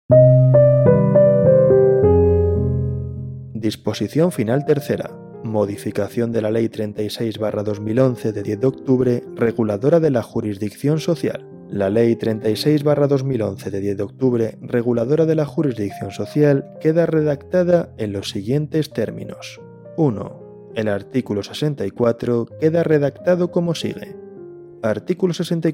Disposición final tercera. Modificación de la Ley 36/2011 de 10 de octubre, reguladora de la jurisdicción social. La Ley 36/2011 de 10 de octubre, reguladora de la jurisdicción social, queda redactada en los siguientes términos. 1. El artículo 64 queda redactado como sigue. Artículo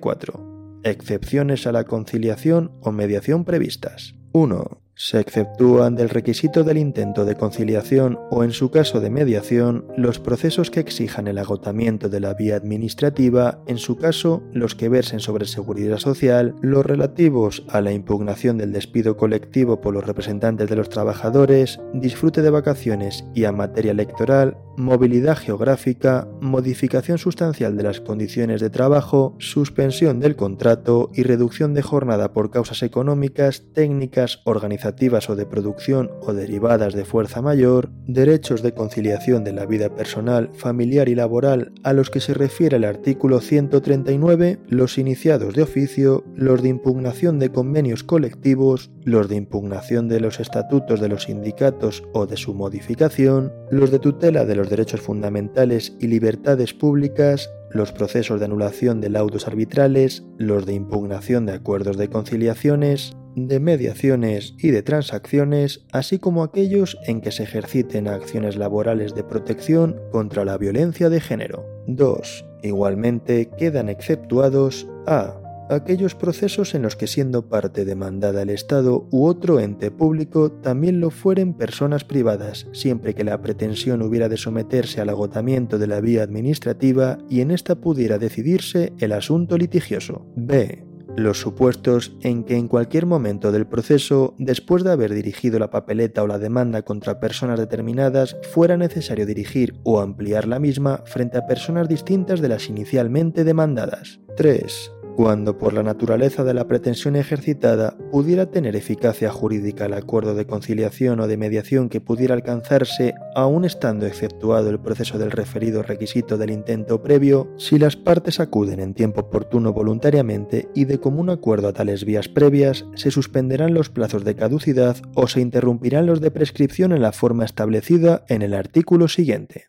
64. Excepciones a la conciliación o mediación previstas. 1. Se exceptúan del requisito del intento de conciliación o, en su caso de mediación, los procesos que exijan el agotamiento de la vía administrativa, en su caso, los que versen sobre seguridad social, los relativos a la impugnación del despido colectivo por los representantes de los trabajadores, disfrute de vacaciones y a materia electoral, movilidad geográfica, modificación sustancial de las condiciones de trabajo, suspensión del contrato y reducción de jornada por causas económicas, técnicas, organizativas o de producción o derivadas de fuerza mayor, derechos de conciliación de la vida personal, familiar y laboral a los que se refiere el artículo 139, los iniciados de oficio, los de impugnación de convenios colectivos, los de impugnación de los estatutos de los sindicatos o de su modificación, los de tutela de los derechos fundamentales y libertades públicas, los procesos de anulación de laudos arbitrales, los de impugnación de acuerdos de conciliaciones, de mediaciones y de transacciones, así como aquellos en que se ejerciten acciones laborales de protección contra la violencia de género. 2. Igualmente quedan exceptuados a. Aquellos procesos en los que, siendo parte demandada el Estado u otro ente público, también lo fueren personas privadas, siempre que la pretensión hubiera de someterse al agotamiento de la vía administrativa y en esta pudiera decidirse el asunto litigioso. B. Los supuestos en que en cualquier momento del proceso, después de haber dirigido la papeleta o la demanda contra personas determinadas, fuera necesario dirigir o ampliar la misma frente a personas distintas de las inicialmente demandadas. 3. Cuando por la naturaleza de la pretensión ejercitada pudiera tener eficacia jurídica el acuerdo de conciliación o de mediación que pudiera alcanzarse, aun estando exceptuado el proceso del referido requisito del intento previo, si las partes acuden en tiempo oportuno voluntariamente y de común acuerdo a tales vías previas, se suspenderán los plazos de caducidad o se interrumpirán los de prescripción en la forma establecida en el artículo siguiente.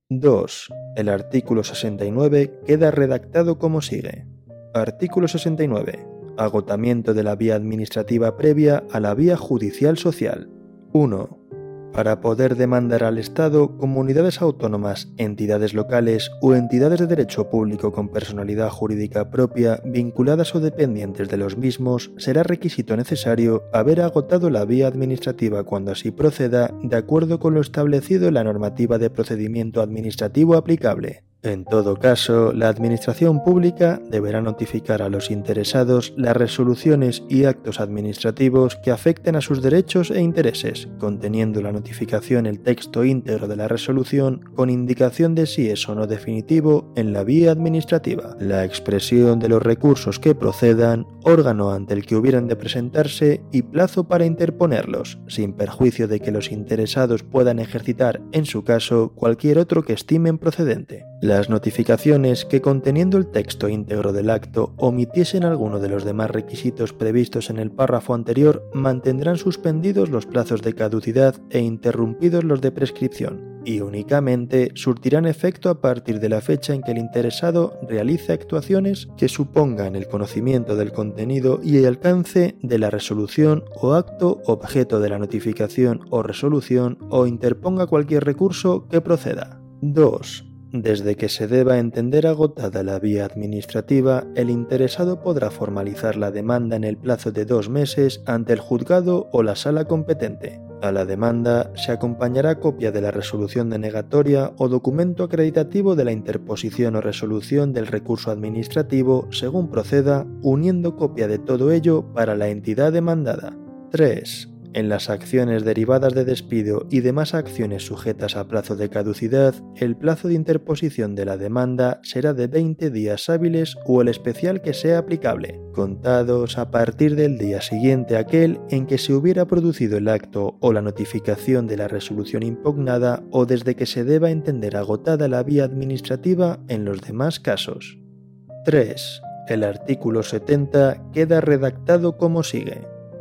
2. El artículo 69 queda redactado como sigue. Artículo 69. Agotamiento de la vía administrativa previa a la vía judicial social. 1. Para poder demandar al Estado, comunidades autónomas, entidades locales o entidades de derecho público con personalidad jurídica propia, vinculadas o dependientes de los mismos, será requisito necesario haber agotado la vía administrativa cuando así proceda, de acuerdo con lo establecido en la normativa de procedimiento administrativo aplicable. En todo caso, la Administración Pública deberá notificar a los interesados las resoluciones y actos administrativos que afecten a sus derechos e intereses, conteniendo la notificación el texto íntegro de la resolución con indicación de si es o no definitivo en la vía administrativa, la expresión de los recursos que procedan, órgano ante el que hubieran de presentarse y plazo para interponerlos, sin perjuicio de que los interesados puedan ejercitar, en su caso, cualquier otro que estimen procedente. Las notificaciones que, conteniendo el texto íntegro del acto, omitiesen alguno de los demás requisitos previstos en el párrafo anterior, mantendrán suspendidos los plazos de caducidad e interrumpidos los de prescripción, y únicamente surtirán efecto a partir de la fecha en que el interesado realice actuaciones que supongan el conocimiento del contenido y el alcance de la resolución o acto objeto de la notificación o resolución o interponga cualquier recurso que proceda. 2. Desde que se deba entender agotada la vía administrativa, el interesado podrá formalizar la demanda en el plazo de 2 meses ante el juzgado o la sala competente. A la demanda se acompañará copia de la resolución denegatoria o documento acreditativo de la interposición o resolución del recurso administrativo según proceda, uniendo copia de todo ello para la entidad demandada. 3. En las acciones derivadas de despido y demás acciones sujetas a plazo de caducidad, el plazo de interposición de la demanda será de 20 días hábiles o el especial que sea aplicable, contados a partir del día siguiente a aquel en que se hubiera producido el acto o la notificación de la resolución impugnada o desde que se deba entender agotada la vía administrativa en los demás casos. 3. El artículo 70 queda redactado como sigue.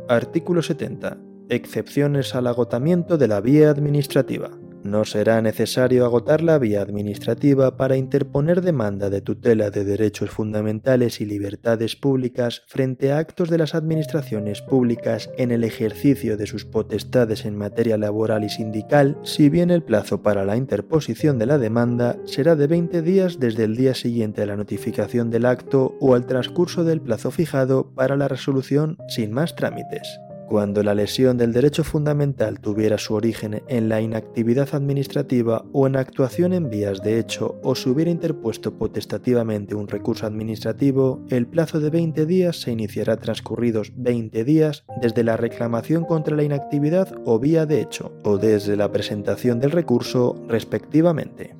Artículo 70. Excepciones al agotamiento de la vía administrativa. No será necesario agotar la vía administrativa para interponer demanda de tutela de derechos fundamentales y libertades públicas frente a actos de las administraciones públicas en el ejercicio de sus potestades en materia laboral y sindical, si bien el plazo para la interposición de la demanda será de 20 días desde el día siguiente a la notificación del acto o al transcurso del plazo fijado para la resolución sin más trámites. Cuando la lesión del derecho fundamental tuviera su origen en la inactividad administrativa o en actuación en vías de hecho o se hubiera interpuesto potestativamente un recurso administrativo, el plazo de 20 días se iniciará transcurridos 20 días desde la reclamación contra la inactividad o vía de hecho, o desde la presentación del recurso, respectivamente.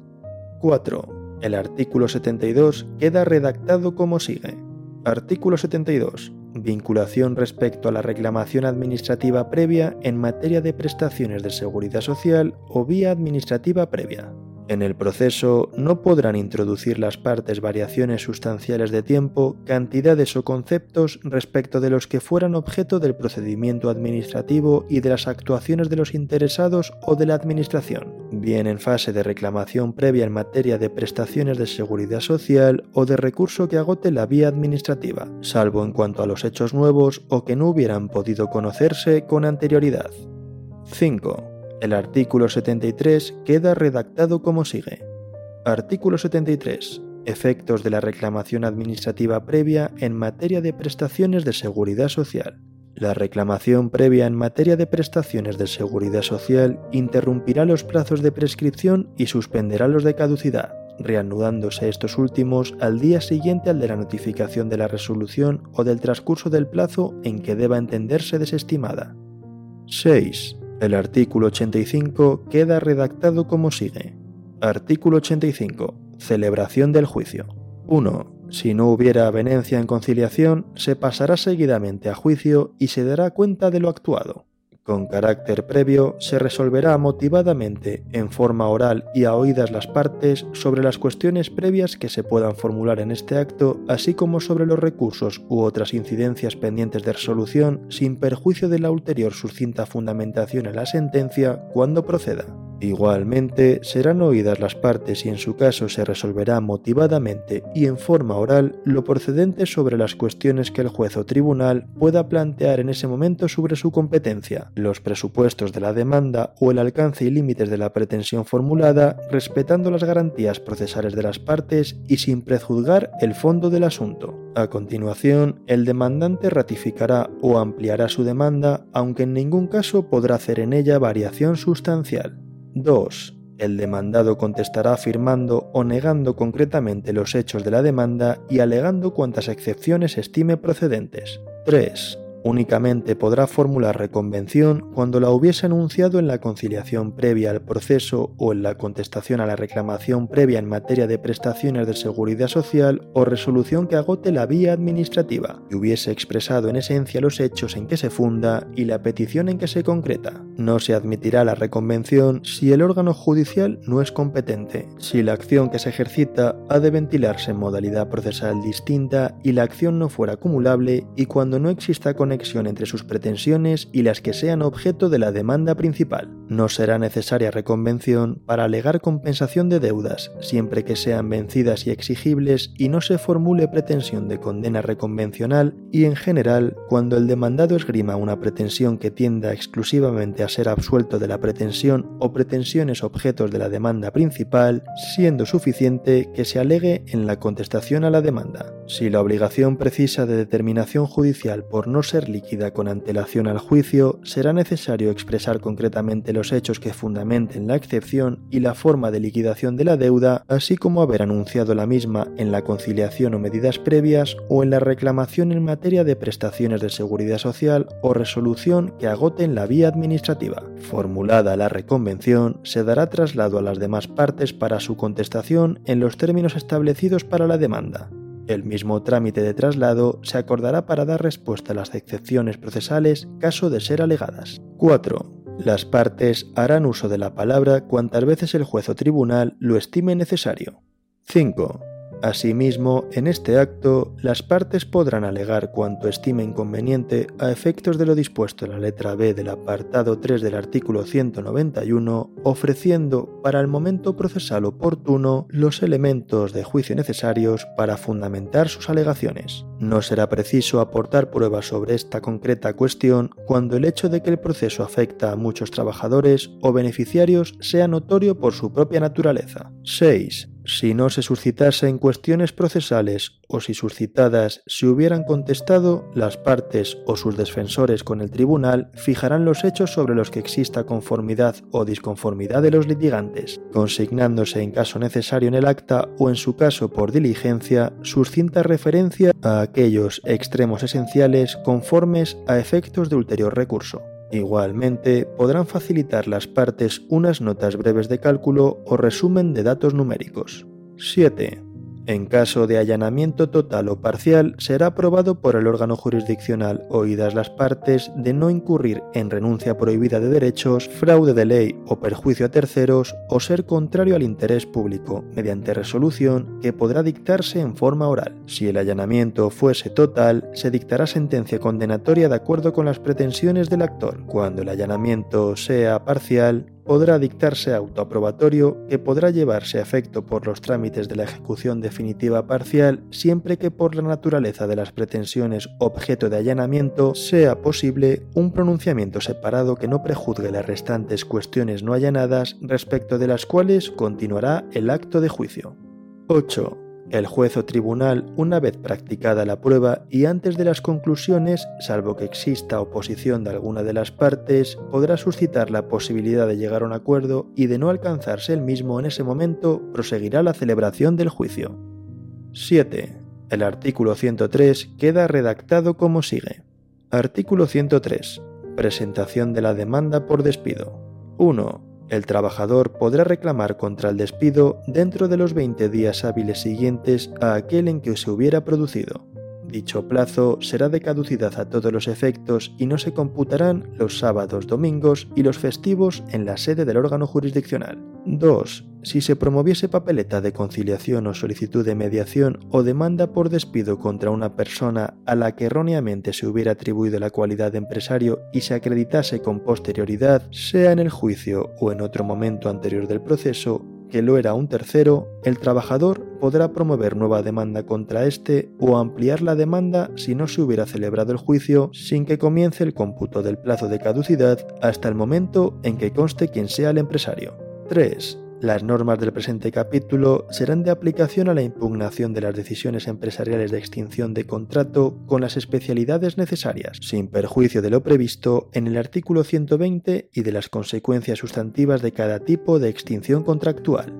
4. El artículo 72 queda redactado como sigue. Artículo 72. Vinculación respecto a la reclamación administrativa previa en materia de prestaciones de seguridad social o vía administrativa previa. En el proceso no podrán introducir las partes variaciones sustanciales de tiempo, cantidades o conceptos respecto de los que fueran objeto del procedimiento administrativo y de las actuaciones de los interesados o de la Administración, bien en fase de reclamación previa en materia de prestaciones de seguridad social o de recurso que agote la vía administrativa, salvo en cuanto a los hechos nuevos o que no hubieran podido conocerse con anterioridad. 5. El artículo 73 queda redactado como sigue. Artículo 73. Efectos de la reclamación administrativa previa en materia de prestaciones de seguridad social. La reclamación previa en materia de prestaciones de seguridad social interrumpirá los plazos de prescripción y suspenderá los de caducidad, reanudándose estos últimos al día siguiente al de la notificación de la resolución o del transcurso del plazo en que deba entenderse desestimada. 6. El artículo 85 queda redactado como sigue. Artículo 85. Celebración del juicio. 1. Si no hubiera avenencia en conciliación, se pasará seguidamente a juicio y se dará cuenta de lo actuado. Con carácter previo, se resolverá motivadamente, en forma oral y a oídas las partes, sobre las cuestiones previas que se puedan formular en este acto, así como sobre los recursos u otras incidencias pendientes de resolución, sin perjuicio de la ulterior sucinta fundamentación en la sentencia, cuando proceda. Igualmente, serán oídas las partes y en su caso se resolverá motivadamente y en forma oral lo procedente sobre las cuestiones que el juez o tribunal pueda plantear en ese momento sobre su competencia, los presupuestos de la demanda o el alcance y límites de la pretensión formulada, respetando las garantías procesales de las partes y sin prejuzgar el fondo del asunto. A continuación, el demandante ratificará o ampliará su demanda, aunque en ningún caso podrá hacer en ella variación sustancial. 2. El demandado contestará afirmando o negando concretamente los hechos de la demanda y alegando cuantas excepciones estime procedentes. 3. Únicamente podrá formular reconvención cuando la hubiese anunciado en la conciliación previa al proceso o en la contestación a la reclamación previa en materia de prestaciones de seguridad social o resolución que agote la vía administrativa y hubiese expresado en esencia los hechos en que se funda y la petición en que se concreta. No se admitirá la reconvención si el órgano judicial no es competente, si la acción que se ejercita ha de ventilarse en modalidad procesal distinta y la acción no fuera acumulable y cuando no exista conexión entre sus pretensiones y las que sean objeto de la demanda principal. No será necesaria reconvención para alegar compensación de deudas, siempre que sean vencidas y exigibles y no se formule pretensión de condena reconvencional y, en general, cuando el demandado esgrima una pretensión que tienda exclusivamente a ser absuelto de la pretensión o pretensiones objetos de la demanda principal, siendo suficiente que se alegue en la contestación a la demanda. Si la obligación precisa de determinación judicial por no ser líquida con antelación al juicio, será necesario expresar concretamente los hechos que fundamenten la excepción y la forma de liquidación de la deuda, así como haber anunciado la misma en la conciliación o medidas previas o en la reclamación en materia de prestaciones de seguridad social o resolución que agoten la vía administrativa. Formulada la reconvención, se dará traslado a las demás partes para su contestación en los términos establecidos para la demanda. El mismo trámite de traslado se acordará para dar respuesta a las excepciones procesales caso de ser alegadas. 4. Las partes harán uso de la palabra cuantas veces el juez o tribunal lo estime necesario. 5. Asimismo, en este acto, las partes podrán alegar cuanto estimen conveniente a efectos de lo dispuesto en la letra B del apartado 3 del artículo 191, ofreciendo, para el momento procesal oportuno, los elementos de juicio necesarios para fundamentar sus alegaciones. No será preciso aportar pruebas sobre esta concreta cuestión cuando el hecho de que el proceso afecta a muchos trabajadores o beneficiarios sea notorio por su propia naturaleza. 6. Si no se suscitasen cuestiones procesales o si suscitadas se hubieran contestado, las partes o sus defensores con el tribunal fijarán los hechos sobre los que exista conformidad o disconformidad de los litigantes, consignándose en caso necesario en el acta o en su caso por diligencia sucinta referencia a aquellos extremos esenciales conformes a efectos de ulterior recurso. Igualmente, podrán facilitar las partes unas notas breves de cálculo o resumen de datos numéricos. 7. En caso de allanamiento total o parcial, será aprobado por el órgano jurisdiccional, oídas las partes, de no incurrir en renuncia prohibida de derechos, fraude de ley o perjuicio a terceros, o ser contrario al interés público, mediante resolución que podrá dictarse en forma oral. Si el allanamiento fuese total, se dictará sentencia condenatoria de acuerdo con las pretensiones del actor. Cuando el allanamiento sea parcial, podrá dictarse autoaprobatorio que podrá llevarse a efecto por los trámites de la ejecución definitiva parcial siempre que por la naturaleza de las pretensiones objeto de allanamiento sea posible un pronunciamiento separado que no prejuzgue las restantes cuestiones no allanadas respecto de las cuales continuará el acto de juicio. 8. El juez o tribunal, una vez practicada la prueba y antes de las conclusiones, salvo que exista oposición de alguna de las partes, podrá suscitar la posibilidad de llegar a un acuerdo y de no alcanzarse el mismo en ese momento, proseguirá la celebración del juicio. 7. El artículo 103 queda redactado como sigue. Artículo 103. Presentación de la demanda por despido. 1. El trabajador podrá reclamar contra el despido dentro de los 20 días hábiles siguientes a aquel en que se hubiera producido. Dicho plazo será de caducidad a todos los efectos y no se computarán los sábados, domingos y los festivos en la sede del órgano jurisdiccional. 2. Si se promoviese papeleta de conciliación o solicitud de mediación o demanda por despido contra una persona a la que erróneamente se hubiera atribuido la cualidad de empresario y se acreditase con posterioridad, sea en el juicio o en otro momento anterior del proceso, que lo era un tercero, el trabajador podrá promover nueva demanda contra éste o ampliar la demanda si no se hubiera celebrado el juicio sin que comience el cómputo del plazo de caducidad hasta el momento en que conste quien sea el empresario. 3. Las normas del presente capítulo serán de aplicación a la impugnación de las decisiones empresariales de extinción de contrato con las especialidades necesarias, sin perjuicio de lo previsto en el artículo 120 y de las consecuencias sustantivas de cada tipo de extinción contractual.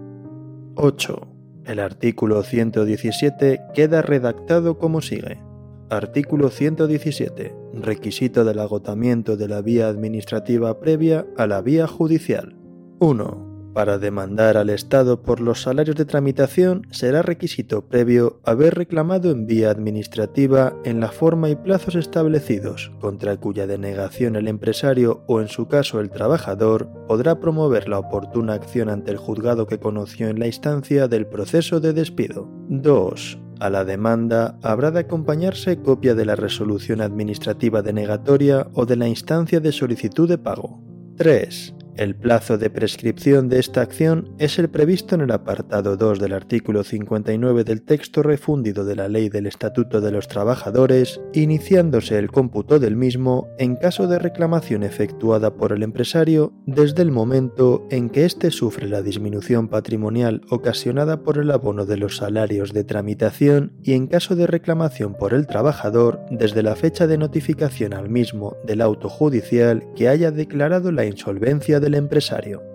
8. El artículo 117 queda redactado como sigue. Artículo 117. Requisito del agotamiento de la vía administrativa previa a la vía judicial. 1. Para demandar al Estado por los salarios de tramitación será requisito previo haber reclamado en vía administrativa en la forma y plazos establecidos, contra cuya denegación el empresario o en su caso el trabajador podrá promover la oportuna acción ante el juzgado que conoció en la instancia del proceso de despido. 2. A la demanda habrá de acompañarse copia de la resolución administrativa denegatoria o de la instancia de solicitud de pago. 3. El plazo de prescripción de esta acción es el previsto en el apartado 2 del artículo 59 del texto refundido de la Ley del Estatuto de los Trabajadores, iniciándose el cómputo del mismo en caso de reclamación efectuada por el empresario desde el momento en que éste sufre la disminución patrimonial ocasionada por el abono de los salarios de tramitación y en caso de reclamación por el trabajador desde la fecha de notificación al mismo del auto judicial que haya declarado la insolvencia del empresario.